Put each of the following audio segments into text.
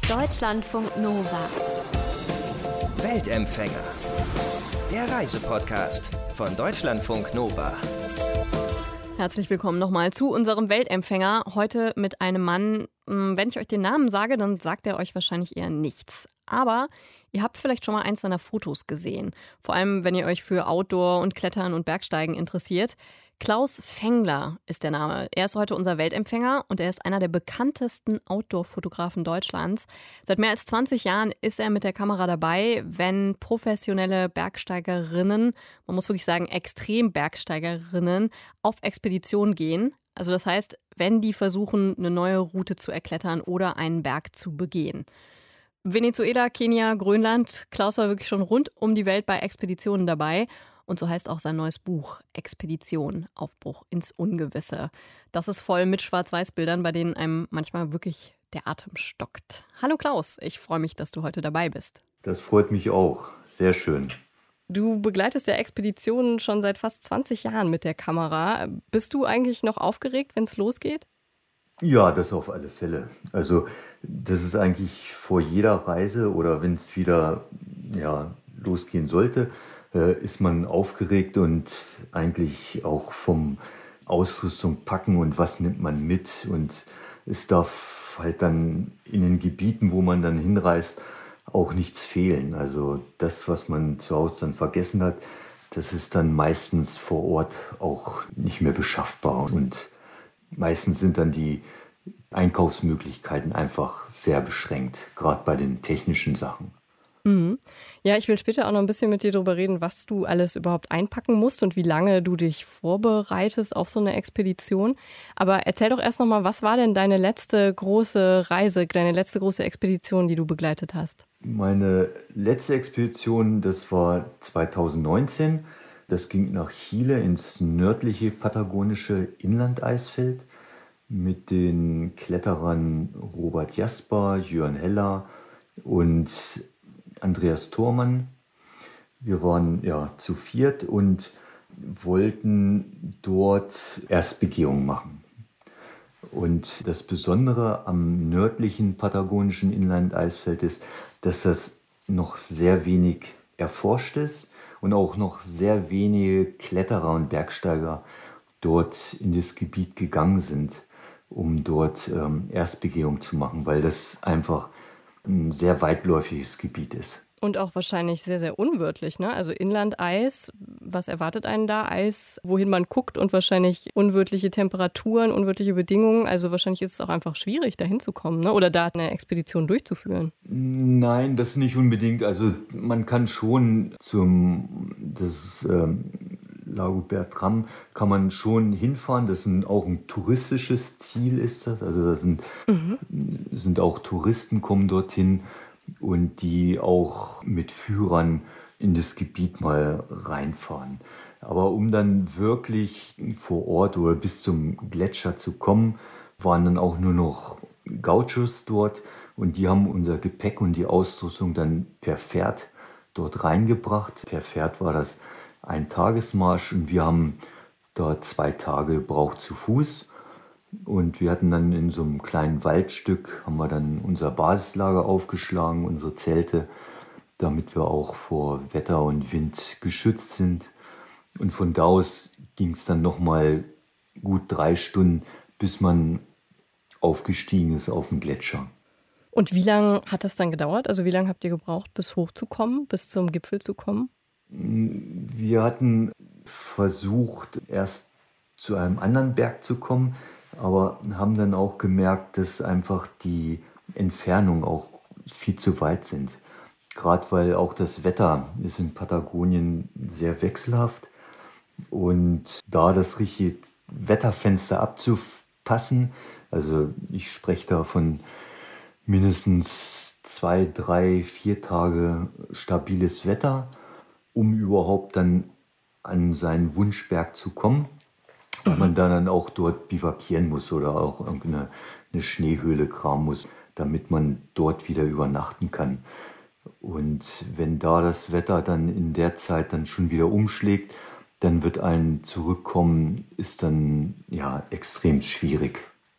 Deutschlandfunk Nova. Weltempfänger. Der Reisepodcast von Deutschlandfunk Nova. Herzlich willkommen nochmal zu unserem Weltempfänger. Heute mit einem Mann, wenn ich euch den Namen sage, dann sagt er euch wahrscheinlich eher nichts. Aber ihr habt vielleicht schon mal eins seiner Fotos gesehen. Vor allem, wenn ihr euch für Outdoor und Klettern und Bergsteigen interessiert. Klaus Fengler ist der Name. Er ist heute unser Weltempfänger und er ist einer der bekanntesten Outdoor-Fotografen Deutschlands. Seit mehr als 20 Jahren ist er mit der Kamera dabei, wenn professionelle Bergsteigerinnen, man muss wirklich sagen Extrembergsteigerinnen, auf Expedition gehen. Also das heißt, wenn die versuchen, eine neue Route zu erklettern oder einen Berg zu begehen. Venezuela, Kenia, Grönland. Klaus war wirklich schon rund um die Welt bei Expeditionen dabei. Und so heißt auch sein neues Buch Expedition, Aufbruch ins Ungewisse. Das ist voll mit Schwarz-Weiß-Bildern, bei denen einem manchmal wirklich der Atem stockt. Hallo Klaus, ich freue mich, dass du heute dabei bist. Das freut mich auch. Sehr schön. Du begleitest ja Expeditionen schon seit fast 20 Jahren mit der Kamera. Bist du eigentlich noch aufgeregt, wenn es losgeht? Ja, das auf alle Fälle. Also das ist eigentlich vor jeder Reise oder wenn es wieder losgehen sollte, ist man aufgeregt und eigentlich auch vom Ausrüstung packen und was nimmt man mit. Und es darf halt dann in den Gebieten, wo man dann hinreist, auch nichts fehlen. Also das, was man zu Hause dann vergessen hat, das ist dann meistens vor Ort auch nicht mehr beschaffbar. Und meistens sind dann die Einkaufsmöglichkeiten einfach sehr beschränkt, gerade bei den technischen Sachen. Mhm. Ja, ich will später auch noch ein bisschen mit dir darüber reden, was du alles überhaupt einpacken musst und wie lange du dich vorbereitest auf so eine Expedition. Aber erzähl doch erst noch mal, was war denn deine letzte große Reise, deine letzte große Expedition, die du begleitet hast? Meine letzte Expedition, das war 2019. Das ging nach Chile ins nördliche patagonische Inlandeisfeld mit den Kletterern Robert Jasper, Jörn Heller und Andreas Thormann. Wir waren zu viert und wollten dort Erstbegehung machen. Und das Besondere am nördlichen patagonischen Inlandeisfeld ist, dass das noch sehr wenig erforscht ist und auch noch sehr wenige Kletterer und Bergsteiger dort in das Gebiet gegangen sind, um dort Erstbegehung zu machen, weil das einfach ein sehr weitläufiges Gebiet ist. Und auch wahrscheinlich sehr, sehr unwirtlich, ne? Also Inlandeis, was erwartet einen da? Eis, wohin man guckt und wahrscheinlich unwirtliche Temperaturen, unwirtliche Bedingungen. Also wahrscheinlich ist es auch einfach schwierig, da hinzukommen, ne? Oder da eine Expedition durchzuführen. Nein, das nicht unbedingt. Also man kann schon das Lago Bertram kann man schon hinfahren. Das ist auch ein touristisches Ziel ist das. Also das sind auch Touristen kommen dorthin und die auch mit Führern in das Gebiet mal reinfahren. Aber um dann wirklich vor Ort oder bis zum Gletscher zu kommen, waren dann auch nur noch Gauchos dort und die haben unser Gepäck und die Ausrüstung dann per Pferd dort reingebracht. Per Pferd war das ein Tagesmarsch und wir haben da 2 Tage gebraucht zu Fuß. Und wir hatten dann in so einem kleinen Waldstück, haben wir dann unser Basislager aufgeschlagen, unsere Zelte, damit wir auch vor Wetter und Wind geschützt sind. Und von da aus ging es dann nochmal gut 3 Stunden, bis man aufgestiegen ist auf den Gletscher. Und wie lange hat das dann gedauert? Also wie lange habt ihr gebraucht, bis hochzukommen, bis zum Gipfel zu kommen? Wir hatten versucht, erst zu einem anderen Berg zu kommen, aber haben dann auch gemerkt, dass einfach die Entfernungen auch viel zu weit sind. Gerade weil auch das Wetter ist in Patagonien sehr wechselhaft. Und da das richtige Wetterfenster abzupassen, also ich spreche da von mindestens 2, 3, 4 Tage stabiles Wetter, um überhaupt dann an seinen Wunschberg zu kommen, weil man dann auch dort bivakieren muss oder auch irgendeine Schneehöhle kramen muss, damit man dort wieder übernachten kann. Und wenn da das Wetter dann in der Zeit dann schon wieder umschlägt, dann wird ein Zurückkommen, ist dann extrem schwierig.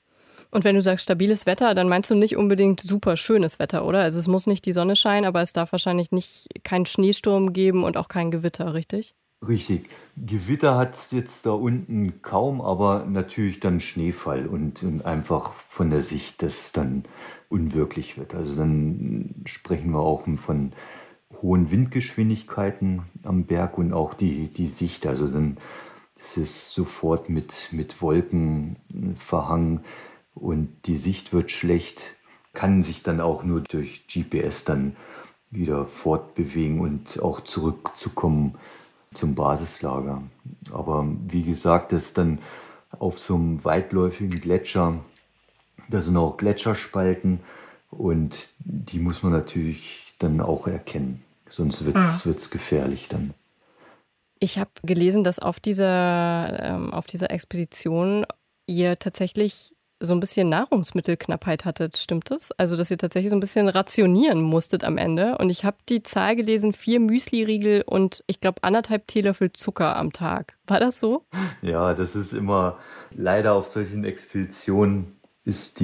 Und wenn du sagst stabiles Wetter, dann meinst du nicht unbedingt super schönes Wetter, oder? Also es muss nicht die Sonne scheinen, aber es darf wahrscheinlich nicht keinen Schneesturm geben und auch kein Gewitter, richtig? Richtig. Gewitter hat es jetzt da unten kaum, aber natürlich dann Schneefall und einfach von der Sicht, dass es dann unwirklich wird. Also dann sprechen wir auch von hohen Windgeschwindigkeiten am Berg und auch die Sicht. Also dann ist es sofort mit Wolken verhangen und die Sicht wird schlecht, kann sich dann auch nur durch GPS dann wieder fortbewegen und auch zurückzukommen zum Basislager. Aber wie gesagt, das ist dann auf so einem weitläufigen Gletscher, da sind auch Gletscherspalten und die muss man natürlich dann auch erkennen. Sonst wird's gefährlich dann. Ich habe gelesen, dass auf dieser Expedition ihr tatsächlich so ein bisschen Nahrungsmittelknappheit hattet. Stimmt das? Also, dass ihr tatsächlich so ein bisschen rationieren musstet am Ende. Und ich habe die Zahl gelesen, 4 Müsli-Riegel und ich glaube 1,5 Teelöffel Zucker am Tag. War das so? Ja, das ist immer, leider auf solchen Expeditionen ist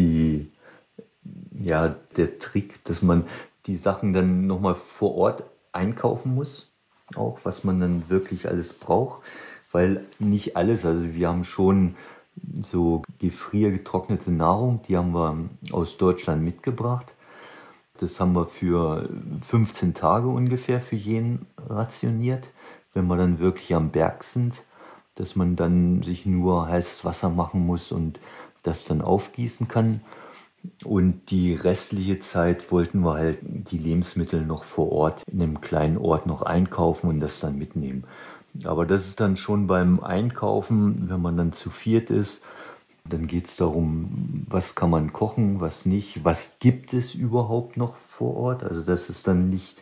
der Trick, dass man die Sachen dann nochmal vor Ort einkaufen muss, auch was man dann wirklich alles braucht, weil nicht alles, also wir haben schon so gefriergetrocknete Nahrung, die haben wir aus Deutschland mitgebracht. Das haben wir für 15 Tage ungefähr für jeden rationiert, wenn wir dann wirklich am Berg sind, dass man dann sich nur heißes Wasser machen muss und das dann aufgießen kann. Und die restliche Zeit wollten wir halt die Lebensmittel noch vor Ort in einem kleinen Ort noch einkaufen und das dann mitnehmen. Aber das ist dann schon beim Einkaufen, wenn man dann zu viert ist, dann geht es darum, was kann man kochen, was nicht, was gibt es überhaupt noch vor Ort. Also das ist dann nicht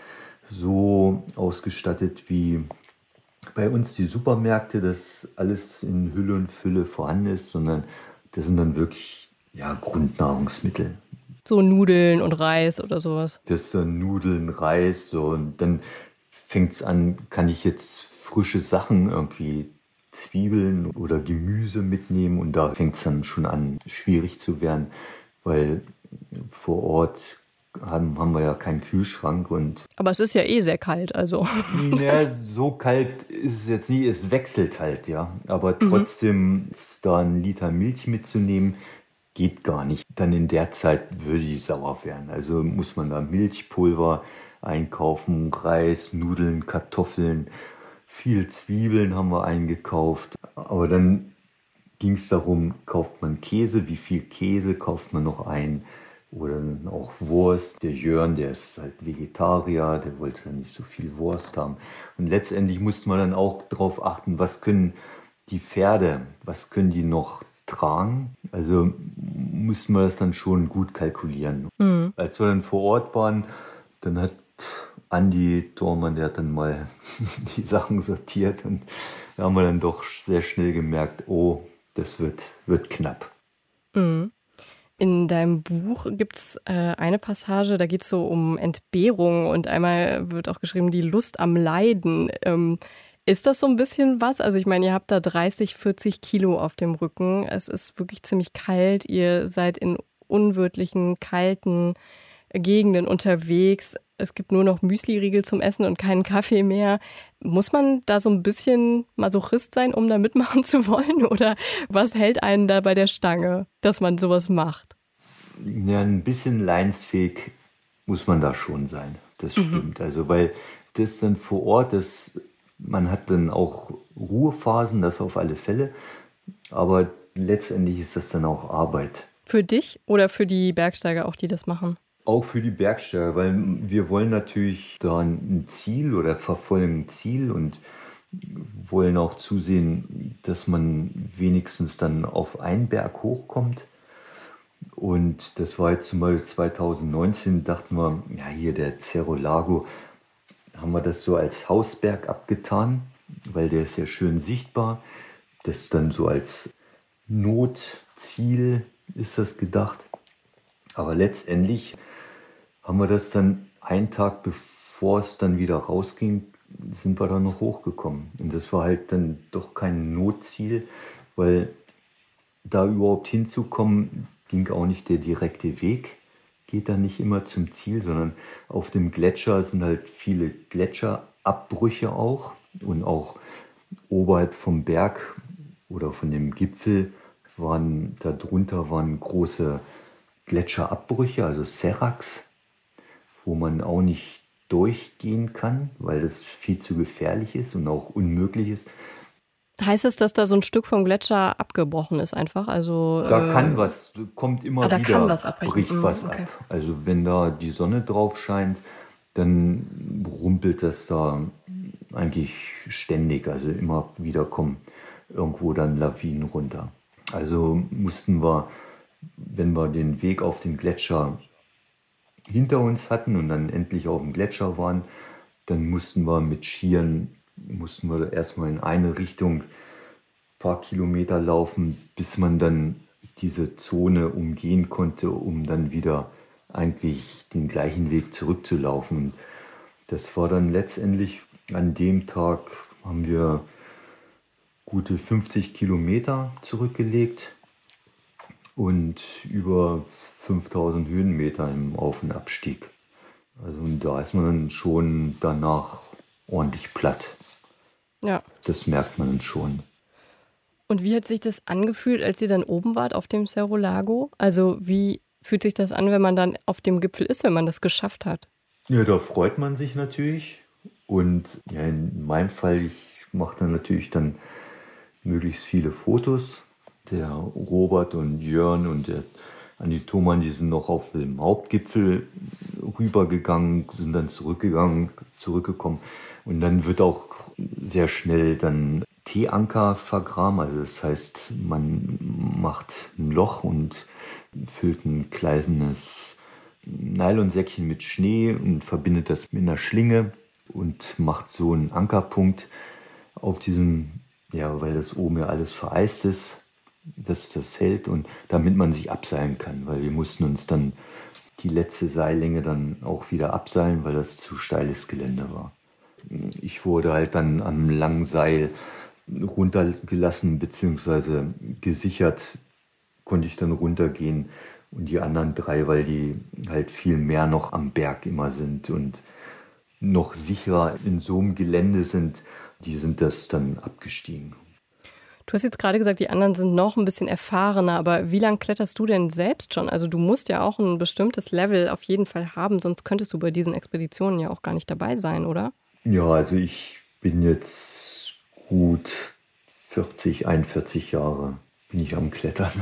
so ausgestattet wie bei uns die Supermärkte, dass alles in Hülle und Fülle vorhanden ist, sondern das sind dann wirklich Grundnahrungsmittel. So Nudeln und Reis oder sowas. Das sind Nudeln, Reis, so, und dann fängt es an, kann ich jetzt frische Sachen, irgendwie Zwiebeln oder Gemüse mitnehmen und da fängt es dann schon an, schwierig zu werden, weil vor Ort haben wir ja keinen Kühlschrank und... Aber es ist ja eh sehr kalt, also... Ja, so kalt ist es jetzt nie, es wechselt halt, ja, aber trotzdem ist da ein Liter Milch mitzunehmen, geht gar nicht. Dann in der Zeit würde die sauer werden. Also muss man da Milchpulver einkaufen, Reis, Nudeln, Kartoffeln, viel Zwiebeln haben wir eingekauft. Aber dann ging es darum, kauft man Käse, wie viel Käse kauft man noch ein? Oder dann auch Wurst. Der Jörn, der ist halt Vegetarier, der wollte dann nicht so viel Wurst haben. Und letztendlich musste man dann auch darauf achten, was können die Pferde, was können die noch tragen. Also mussten wir das dann schon gut kalkulieren. Als wir dann vor Ort waren, dann hat Andi Thormann, der hat dann mal die Sachen sortiert und da haben wir dann doch sehr schnell gemerkt, oh, das wird knapp. In deinem Buch gibt es eine Passage, da geht es so um Entbehrung und einmal wird auch geschrieben, die Lust am Leiden. Ist das so ein bisschen was? Also ich meine, ihr habt da 30, 40 Kilo auf dem Rücken. Es ist wirklich ziemlich kalt. Ihr seid in unwirtlichen, kalten Gegenden unterwegs. Es gibt nur noch Müsli-Riegel zum Essen und keinen Kaffee mehr. Muss man da so ein bisschen Masochist sein, um da mitmachen zu wollen? Oder was hält einen da bei der Stange, dass man sowas macht? Ja, ein bisschen leidensfähig muss man da schon sein. Das stimmt. Also weil das dann vor Ort, man hat dann auch Ruhephasen, das auf alle Fälle. Aber letztendlich ist das dann auch Arbeit. Für dich oder für die Bergsteiger auch, die das machen? Auch für die Bergsteiger, weil wir wollen natürlich da ein Ziel oder verfolgen ein Ziel und wollen auch zusehen, dass man wenigstens dann auf einen Berg hochkommt. Und das war jetzt zum Beispiel 2019, dachten wir, ja hier der Cerro Largo, haben wir das so als Hausberg abgetan, weil der ist ja schön sichtbar. Das ist dann so als Notziel ist das gedacht. Aber letztendlich haben wir das dann einen Tag bevor es dann wieder rausging, sind wir dann noch hochgekommen. Und das war halt dann doch kein Notziel, weil da überhaupt hinzukommen, ging auch nicht der direkte Weg. Geht dann nicht immer zum Ziel, sondern auf dem Gletscher sind halt viele Gletscherabbrüche auch. Und auch oberhalb vom Berg oder von dem Gipfel darunter waren große Gletscherabbrüche, also Seracs, wo man auch nicht durchgehen kann, weil das viel zu gefährlich ist und auch unmöglich ist. Heißt es, dass da so ein Stück vom Gletscher abgebrochen ist einfach? Also, Da kann was, kommt immer da wieder, kann was abbrechen. bricht was Okay. ab. Also wenn da die Sonne drauf scheint, dann rumpelt das da eigentlich ständig. Also immer wieder kommen irgendwo dann Lawinen runter. Also mussten wir, wenn wir den Weg auf den Gletscher hinter uns hatten und dann endlich auf dem Gletscher waren, dann mussten wir erstmal in eine Richtung ein paar Kilometer laufen, bis man dann diese Zone umgehen konnte, um dann wieder eigentlich den gleichen Weg zurückzulaufen. Und das war dann letztendlich an dem Tag, haben wir gute 50 Kilometer zurückgelegt und über 5000 Höhenmeter im Auf- und Abstieg. Also und da ist man dann schon danach ordentlich platt. Ja. Das merkt man dann schon. Und wie hat sich das angefühlt, als ihr dann oben wart auf dem Cerro Largo? Also wie fühlt sich das an, wenn man dann auf dem Gipfel ist, wenn man das geschafft hat? Ja, da freut man sich natürlich. Und ja, in meinem Fall, ich mache dann natürlich dann möglichst viele Fotos. Der Robert und Jörn und der Andi Thomann, die sind noch auf dem Hauptgipfel rübergegangen, sind dann zurückgekommen. Und dann wird auch sehr schnell dann T-Anker vergraben. Also das heißt, man macht ein Loch und füllt ein gleisendes Nylonsäckchen mit Schnee und verbindet das mit einer Schlinge und macht so einen Ankerpunkt auf diesem, ja, weil das oben ja alles vereist ist, dass das hält und damit man sich abseilen kann, weil wir mussten uns dann die letzte Seillänge dann auch wieder abseilen, weil das zu steiles Gelände war. Ich wurde halt dann am langen Seil runtergelassen bzw. gesichert, konnte ich dann runtergehen und die anderen 3, weil die halt viel mehr noch am Berg immer sind und noch sicherer in so einem Gelände sind, die sind das dann abgestiegen. Du hast jetzt gerade gesagt, die anderen sind noch ein bisschen erfahrener, aber wie lange kletterst du denn selbst schon? Also du musst ja auch ein bestimmtes Level auf jeden Fall haben, sonst könntest du bei diesen Expeditionen ja auch gar nicht dabei sein, oder? Ja, also ich bin jetzt gut 41 Jahre bin ich am Klettern.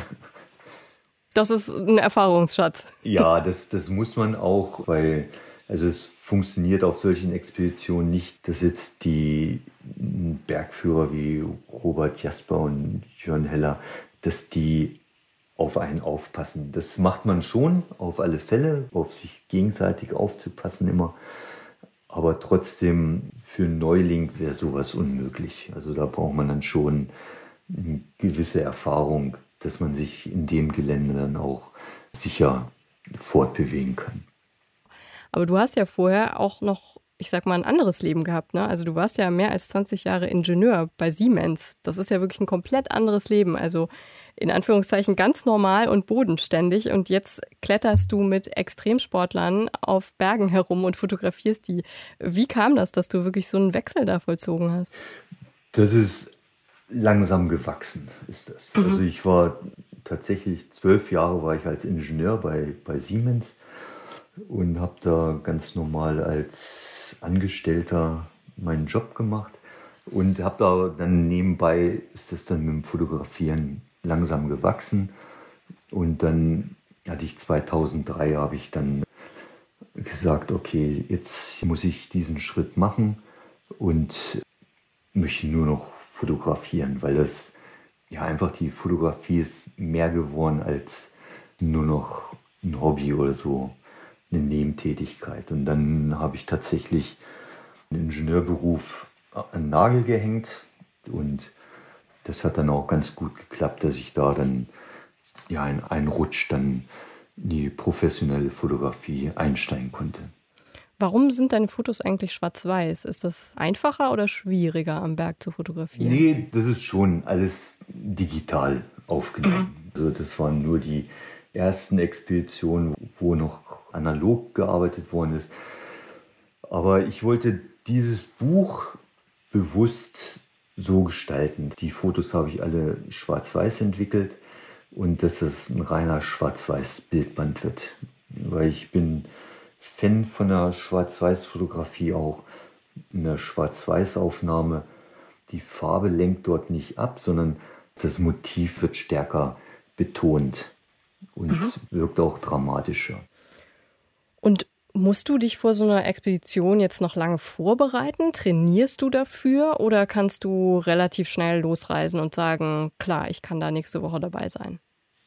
Das ist ein Erfahrungsschatz. Ja, das muss man auch, weil also es funktioniert auf solchen Expeditionen nicht, dass jetzt die Bergführer wie Robert Jasper und Jörn Heller, dass die auf einen aufpassen. Das macht man schon, auf alle Fälle, auf sich gegenseitig aufzupassen immer. Aber trotzdem, für einen Neuling wäre sowas unmöglich. Also da braucht man dann schon eine gewisse Erfahrung, dass man sich in dem Gelände dann auch sicher fortbewegen kann. Aber du hast ja vorher auch noch, ich sag mal, ein anderes Leben gehabt, ne? Also du warst ja mehr als 20 Jahre Ingenieur bei Siemens. Das ist ja wirklich ein komplett anderes Leben. Also in Anführungszeichen ganz normal und bodenständig. Und jetzt kletterst du mit Extremsportlern auf Bergen herum und fotografierst die. Wie kam das, dass du wirklich so einen Wechsel da vollzogen hast? Das ist langsam gewachsen, ist das. Also ich war tatsächlich 12 Jahre war ich als Ingenieur bei Siemens und habe da ganz normal als Angestellter meinen Job gemacht und habe da dann nebenbei ist das dann mit dem Fotografieren langsam gewachsen und dann hatte ich 2003 habe ich dann gesagt, okay, jetzt muss ich diesen Schritt machen und möchte nur noch fotografieren, weil das ja einfach die Fotografie ist mehr geworden als nur noch ein Hobby oder so, eine Nebentätigkeit. Und dann habe ich tatsächlich einen Ingenieurberuf an den Nagel gehängt und das hat dann auch ganz gut geklappt, dass ich da dann ja in einen Rutsch dann in die professionelle Fotografie einsteigen konnte. Warum sind deine Fotos eigentlich schwarz-weiß? Ist das einfacher oder schwieriger, am Berg zu fotografieren? Nee, das ist schon alles digital. aufgenommen. Also das waren nur die ersten Expeditionen, wo noch analog gearbeitet worden ist. Aber ich wollte dieses Buch bewusst so gestalten. Die Fotos habe ich alle schwarz-weiß entwickelt und dass es ein reiner schwarz-weiß-Bildband wird. Weil ich bin Fan von der Schwarz-weiß-Fotografie auch. In der Schwarz-weiß-Aufnahme, die Farbe lenkt dort nicht ab, sondern das Motiv wird stärker betont und wirkt auch dramatischer. Und musst du dich vor so einer Expedition jetzt noch lange vorbereiten? Trainierst du dafür oder kannst du relativ schnell losreisen und sagen, klar, ich kann da nächste Woche dabei sein?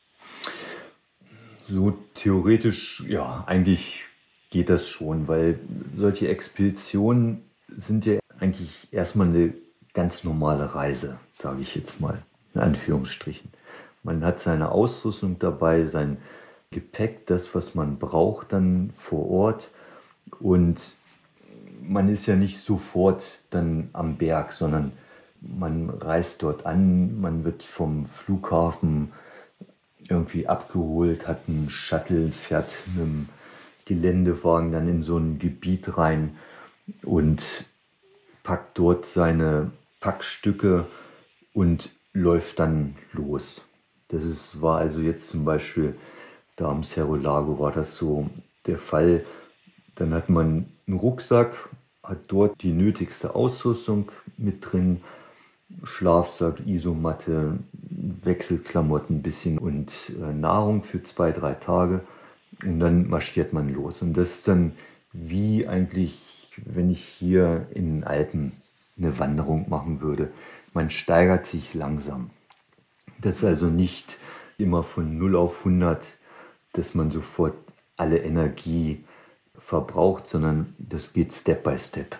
So theoretisch, ja, eigentlich geht das schon, weil solche Expeditionen sind ja eigentlich erstmal eine ganz normale Reise, sage ich jetzt mal, in Anführungsstrichen. Man hat seine Ausrüstung dabei, sein Gepäck, das, was man braucht dann vor Ort. Und man ist ja nicht sofort dann am Berg, sondern man reist dort an, man wird vom Flughafen irgendwie abgeholt, hat einen Shuttle, fährt mit einem Geländewagen dann in so ein Gebiet rein und packt dort seine Packstücke und läuft dann los. War also jetzt zum Beispiel da am Cerro Largo war das so der Fall. Dann hat man einen Rucksack, hat dort die nötigste Ausrüstung mit drin, Schlafsack, Isomatte, Wechselklamotten ein bisschen und Nahrung für 2-3 Tage. Und dann marschiert man los. Und das ist dann wie eigentlich, wenn ich hier in den Alpen eine Wanderung machen würde. Man steigert sich langsam. Das ist also nicht immer von 0 auf 100, dass man sofort alle Energie verbraucht, sondern das geht Step by Step.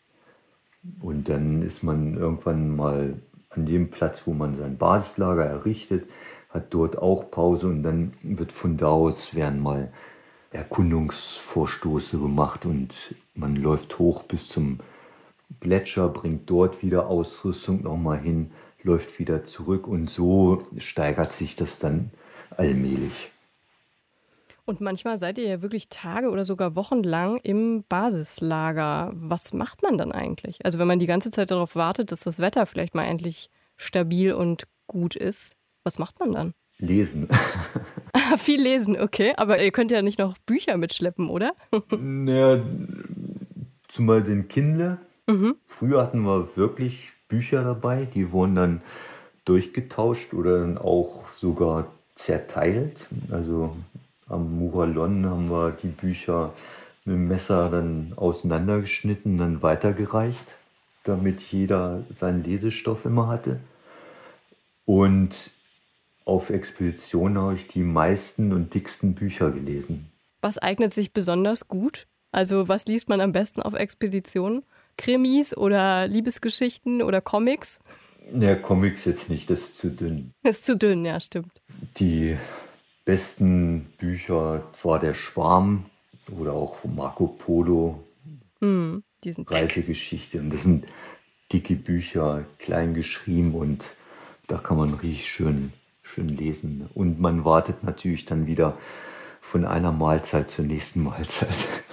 Und dann ist man irgendwann mal an dem Platz, wo man sein Basislager errichtet, hat dort auch Pause und dann wird von da aus werden mal Erkundungsvorstoße gemacht und man läuft hoch bis zum Gletscher, bringt dort wieder Ausrüstung nochmal hin, läuft wieder zurück und so steigert sich das dann allmählich. Und manchmal seid ihr ja wirklich Tage oder sogar Wochen lang im Basislager. Was macht man dann eigentlich? Also wenn man die ganze Zeit darauf wartet, dass das Wetter vielleicht mal endlich stabil und gut ist, was macht man dann? Lesen. Viel lesen, okay. Aber ihr könnt ja nicht noch Bücher mitschleppen, oder? Naja, zumal den Kindle. Früher hatten wir wirklich Bücher dabei, die wurden dann durchgetauscht oder dann auch sogar zerteilt. Also am Muralon haben wir die Bücher mit dem Messer dann auseinandergeschnitten, dann weitergereicht, damit jeder seinen Lesestoff immer hatte. Und auf Expedition habe ich die meisten und dicksten Bücher gelesen. Was eignet sich besonders gut? Also was liest man am besten auf Expeditionen? Krimis oder Liebesgeschichten oder Comics? Ja, Comics jetzt nicht, das ist zu dünn. Das ist zu dünn, ja, stimmt. Die besten Bücher war Der Schwarm oder auch Marco Polo, Die sind Reisegeschichte. Und das sind dicke Bücher, klein geschrieben und da kann man richtig schön lesen. Und man wartet natürlich dann wieder von einer Mahlzeit zur nächsten Mahlzeit.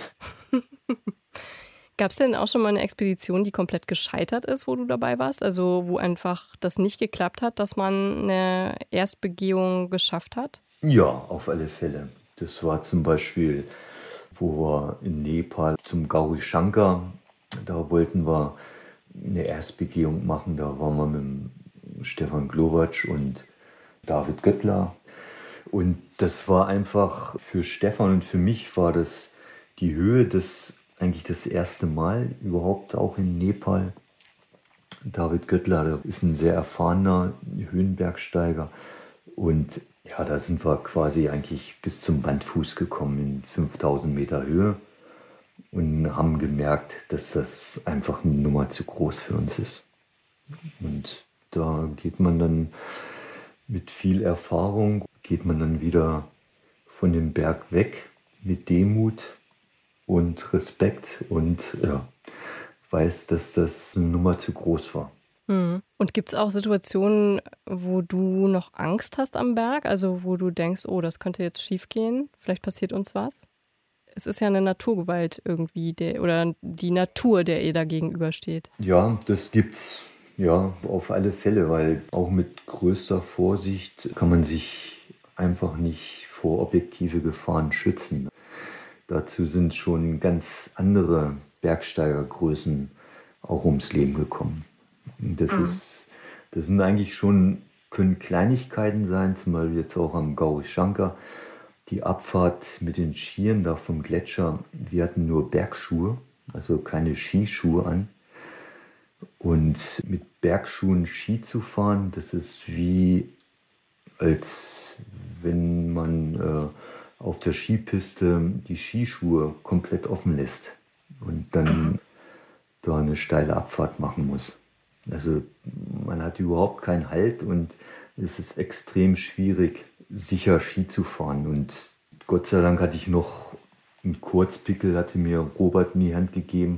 Gab es denn auch schon mal eine Expedition, die komplett gescheitert ist, wo du dabei warst? Also wo einfach das nicht geklappt hat, dass man eine Erstbegehung geschafft hat? Ja, auf alle Fälle. Das war zum Beispiel, wo wir in Nepal zum Gauri Shankar, da wollten wir eine Erstbegehung machen. Da waren wir mit dem Stefan Glowacz und David Göttler. Und das war einfach für Stefan und für mich war das die Höhe, das eigentlich das erste Mal überhaupt auch in Nepal. David Göttler, der ist ein sehr erfahrener Höhenbergsteiger und ja, da sind wir quasi eigentlich bis zum Bandfuß gekommen in 5000 Meter Höhe und haben gemerkt, dass das einfach eine Nummer zu groß für uns ist. Und da geht man dann mit viel Erfahrung, geht man dann wieder von dem Berg weg mit Demut und Respekt und ja, weiß, dass das eine Nummer zu groß war. Und gibt es auch Situationen, wo du noch Angst hast am Berg? Also wo du denkst, oh, das könnte jetzt schief gehen, vielleicht passiert uns was? Es ist ja eine Naturgewalt irgendwie, oder die Natur, der ihr da gegenübersteht. Ja, das gibt's. Ja, auf alle Fälle, weil auch mit größter Vorsicht kann man sich einfach nicht vor objektive Gefahren schützen. Dazu sind schon ganz andere Bergsteigergrößen auch ums Leben gekommen. Das sind eigentlich schon, können Kleinigkeiten sein, zum Beispiel jetzt auch am Gauri Shankar. Die Abfahrt mit den Skiern da vom Gletscher, wir hatten nur Bergschuhe, also keine Skischuhe an. Und mit Bergschuhen Ski zu fahren, das ist wie, als wenn man auf der Skipiste die Skischuhe komplett offen lässt und dann da eine steile Abfahrt machen muss. Also man hat überhaupt keinen Halt und es ist extrem schwierig, sicher Ski zu fahren. Und Gott sei Dank hatte ich noch einen Kurzpickel, hatte mir Robert in die Hand gegeben.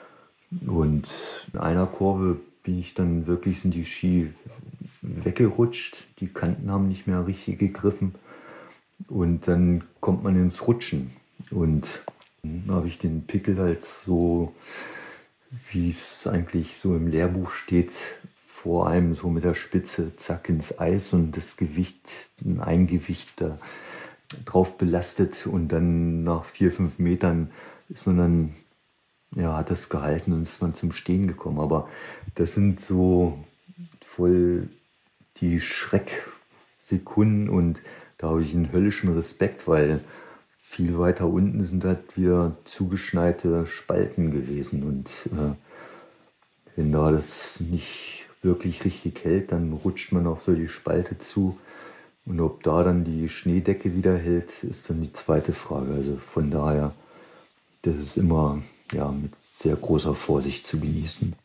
Und in einer Kurve bin ich dann wirklich, sind die Ski weggerutscht. Die Kanten haben nicht mehr richtig gegriffen. Und dann kommt man ins Rutschen. Und dann habe ich den Pickel halt so, wie es eigentlich so im Lehrbuch steht, vor allem so mit der Spitze zack ins Eis und das Gewicht, ein Eigengewicht da drauf belastet. Und dann nach 4-5 Metern ist man dann, ja, hat das gehalten und ist man zum Stehen gekommen. Aber das sind so voll die Schrecksekunden und da habe ich einen höllischen Respekt, weil viel weiter unten sind halt wieder zugeschneite Spalten gewesen und wenn da das nicht wirklich richtig hält, dann rutscht man auf so die Spalte zu und ob da dann die Schneedecke wieder hält, ist dann die zweite Frage. Also von daher, das ist immer ja mit sehr großer Vorsicht zu genießen.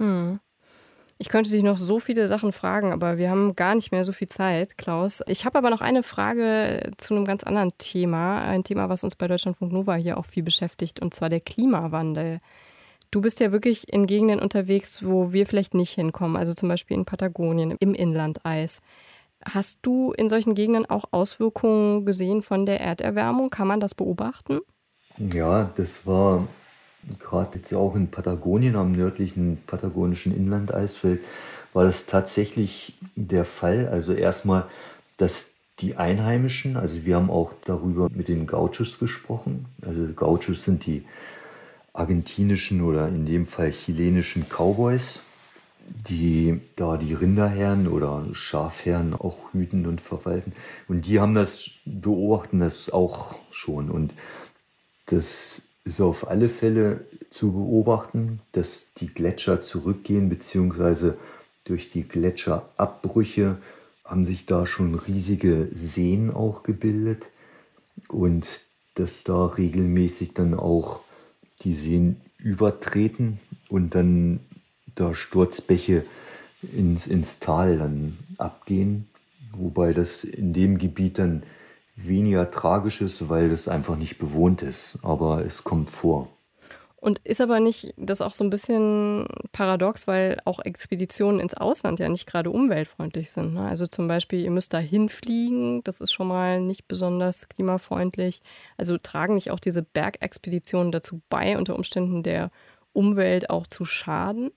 Ich könnte dich noch so viele Sachen fragen, aber wir haben gar nicht mehr so viel Zeit, Klaus. Ich habe aber noch eine Frage zu einem ganz anderen Thema. Ein Thema, was uns bei Deutschlandfunk Nova hier auch viel beschäftigt, und zwar der Klimawandel. Du bist ja wirklich in Gegenden unterwegs, wo wir vielleicht nicht hinkommen, also zum Beispiel in Patagonien, im Inlandeis. Hast du in solchen Gegenden auch Auswirkungen gesehen von der Erderwärmung? Kann man das beobachten? Ja, das war gerade jetzt auch in Patagonien, am nördlichen patagonischen Inlandeisfeld, war das tatsächlich der Fall. Also erstmal, dass die Einheimischen, also wir haben auch darüber mit den Gauchos gesprochen. Also Gauchos sind die argentinischen oder in dem Fall chilenischen Cowboys, die da die Rinderherden oder Schafherden auch hüten und verwalten. Und die haben beobachten das auch schon. Und das ist auf alle Fälle zu beobachten, dass die Gletscher zurückgehen, beziehungsweise durch die Gletscherabbrüche haben sich da schon riesige Seen auch gebildet und dass da regelmäßig dann auch die Seen übertreten und dann da Sturzbäche ins Tal dann abgehen, wobei das in dem Gebiet dann weniger tragisch ist, weil das einfach nicht bewohnt ist, aber es kommt vor. Und ist aber nicht das auch so ein bisschen paradox, weil auch Expeditionen ins Ausland ja nicht gerade umweltfreundlich sind, ne? Also zum Beispiel, ihr müsst da hinfliegen, das ist schon mal nicht besonders klimafreundlich. Also tragen nicht auch diese Bergexpeditionen dazu bei, unter Umständen der Umwelt auch zu schaden?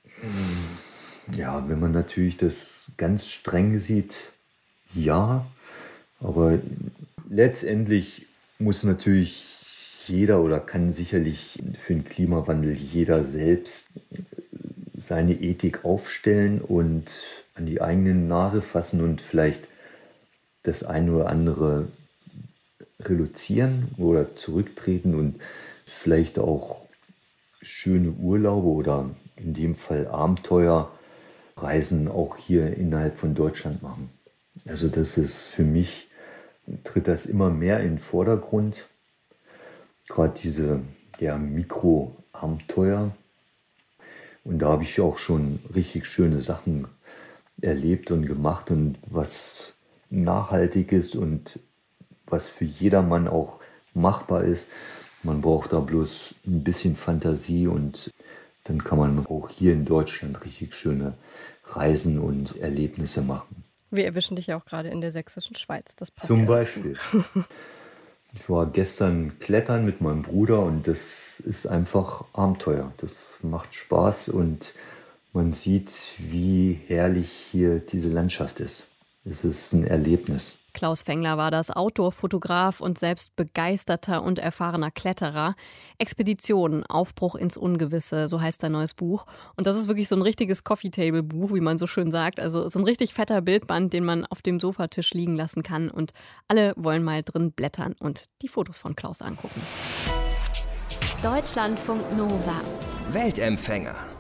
Ja, wenn man natürlich das ganz streng sieht, ja, aber letztendlich muss natürlich jeder oder kann sicherlich für den Klimawandel jeder selbst seine Ethik aufstellen und an die eigene Nase fassen und vielleicht das eine oder andere reduzieren oder zurücktreten und vielleicht auch schöne Urlaube oder in dem Fall Abenteuerreisen auch hier innerhalb von Deutschland machen. Also das ist für mich, tritt das immer mehr in den Vordergrund. Gerade diese Mikroabenteuer. Und da habe ich auch schon richtig schöne Sachen erlebt und gemacht und was nachhaltig ist und was für jedermann auch machbar ist. Man braucht da bloß ein bisschen Fantasie und dann kann man auch hier in Deutschland richtig schöne Reisen und Erlebnisse machen. Wir erwischen dich ja auch gerade in der sächsischen Schweiz. Das passt Zum ja Beispiel. Ich war gestern klettern mit meinem Bruder und das ist einfach Abenteuer. Das macht Spaß und man sieht, wie herrlich hier diese Landschaft ist. Es ist ein Erlebnis. Klaus Fengler war das, Outdoor-Fotograf und selbst begeisterter und erfahrener Kletterer. Expeditionen, Aufbruch ins Ungewisse, so heißt sein neues Buch. Und das ist wirklich so ein richtiges Coffee-Table-Buch, wie man so schön sagt. Also so ein richtig fetter Bildband, den man auf dem Sofatisch liegen lassen kann. Und alle wollen mal drin blättern und die Fotos von Klaus angucken. Deutschlandfunk Nova. Weltempfänger.